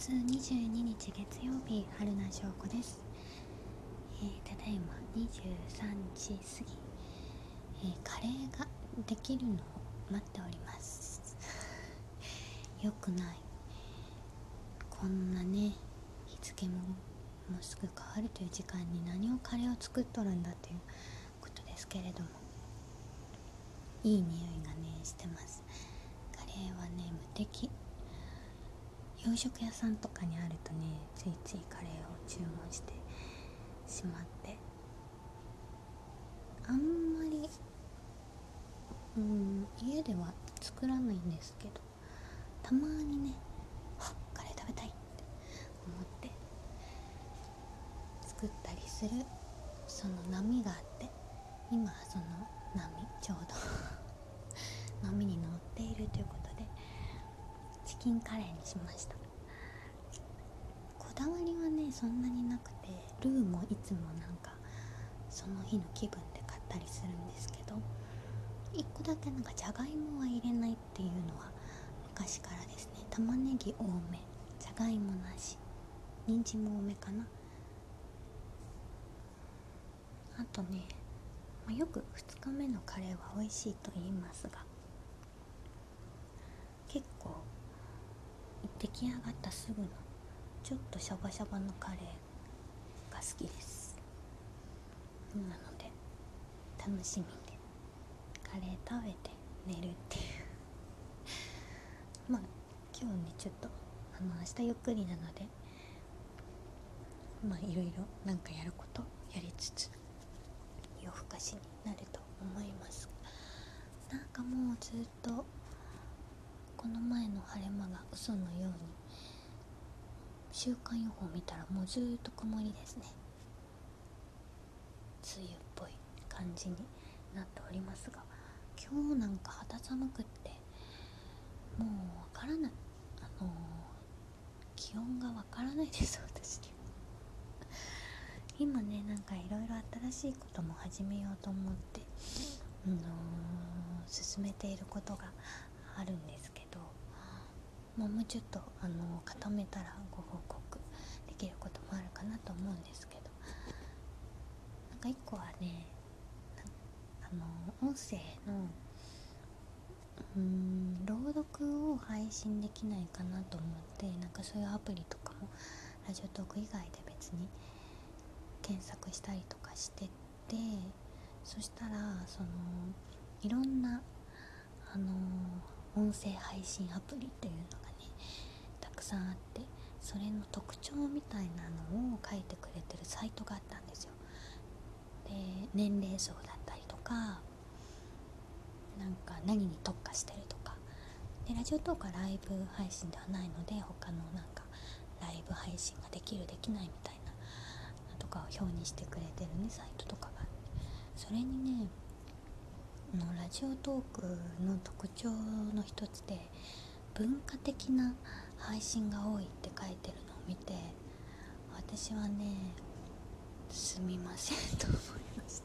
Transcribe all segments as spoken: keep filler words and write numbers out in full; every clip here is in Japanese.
つにじゅうににち月曜日、春名翔子です。えー、ただいまにじゅうさんじ過ぎ、えー、カレーができるのを待っておりますよくない。こんなね、日付ももうすぐ変わるという時間に何をカレーを作っとるんだということですけれども、いい匂いがねしてます。カレーはね無敵。洋食屋さんとかにあるとね、ついついカレーを注文してしまって、あんまりうん家では作らないんですけど、たまにね、あ、カレー食べたいって思って作ったりする、その波があって、今その波ちょうど波に乗っているということで、チキンカレーにしました。こだわりはねそんなになくて、ルーもいつもなんかその日の気分で買ったりするんですけど、いっこだけなんかじゃがいもは入れないっていうのは昔からですね。玉ねぎ多め、じゃがいもなし、人参も多めかな。あとね、まあ、よくふつかめのカレーは美味しいと言いますが、結構出来上がったすぐのちょっとシャバシャバのカレーが好きです。なので楽しみでカレー食べて寝るっていうまあ今日ねちょっとあの明日ゆっくりなので、まあいろいろなんかやることやりつつ夜更かしになると思います。なんかもうずっとこの前の晴れ間が嘘のように、週間予報見たらもうずっと曇りですね。梅雨っぽい感じになっておりますが、今日なんか肌寒くってもうわからない、あのー、気温がわからないです私に今ね、なんかいろいろ新しいことも始めようと思って、あのー、進めていることがあるんですけど、もうちょっと、あのー、固めたらご報告できることもあるかなと思うんですけど、なんか一個はね、あのー、音声のうーん朗読を配信できないかなと思って、なんかそういうアプリとかもラジオトーク以外で別に検索したりとかしてて、そしたらそのいろんなあの音声配信アプリっていうのがねたくさんあって、それの特徴みたいなのを書いてくれてるサイトがあったんですよ。で、年齢層だったりとか、なんか何に特化してるとかで、ラジオトークはライブ配信ではないので、他のなんかライブ配信ができるできないみたいなとかを表にしてくれてるねサイトとかがあって、それにね、のラジオトークの特徴の一つで文化的な配信が多いって書いてるのを見て、私はねすみませんと思いました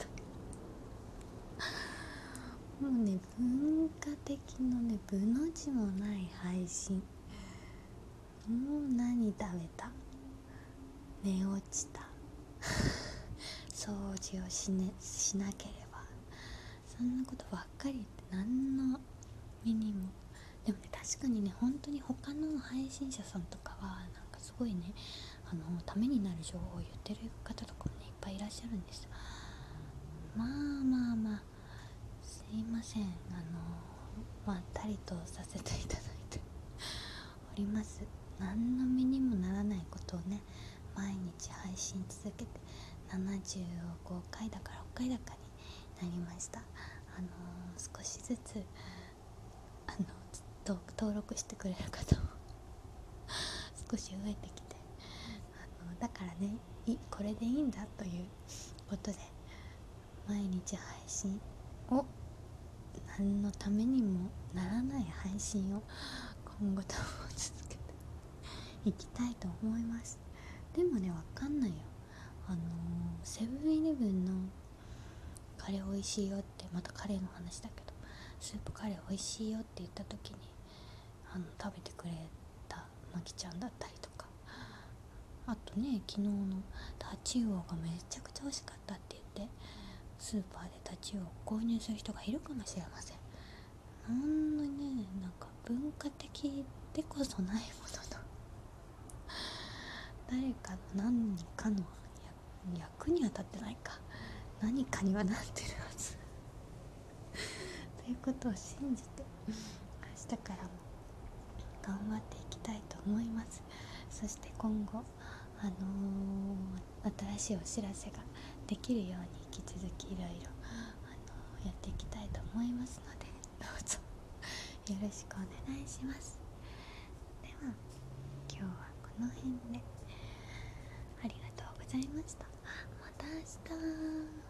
もうね、文化的のね部の字もない配信、もう何食べた、寝落ちた掃除をし,、ね、しなければ、そんなことばっかり言って何の身にも。でもね、確かにね、本当に他の配信者さんとかはなんかすごいね、あのためになる情報を言ってる方とかもねいっぱいいらっしゃるんです。まあまあまあすいません、あのまったりとさせていただいております。何の身にもならないことをね毎日配信続けてななじゅうごかいだかろっかいだかになりました。あの少しずつあの登録してくれる方も少し増えてきて、あのだからね、いこれでいいんだということで毎日配信を、何のためにもならない配信を今後とも続けていきたいと思います。でもね、わかんないよ、あのセブンイレブンのカレー美味しいよって、またカレーの話だけど、スープカレー美味しいよって言った時にあの食べてくれたまきちゃんだったりとか、 あとね、昨日のタチウオがめちゃくちゃ美味しかったって言ってスーパーでタチウオを購入する人がいるかもしれません。なんのね、なんか文化的でこそないものの誰かの何かの役には立ってないか、何かにはなってるはずということを信じて明日からも頑張っていきたいと思います。そして今後あのー、新しいお知らせができるように引き続きいろいろ、あのー、やっていきたいと思いますので、どうぞよろしくお願いします。では今日はこの辺でありがとうございました。また明日。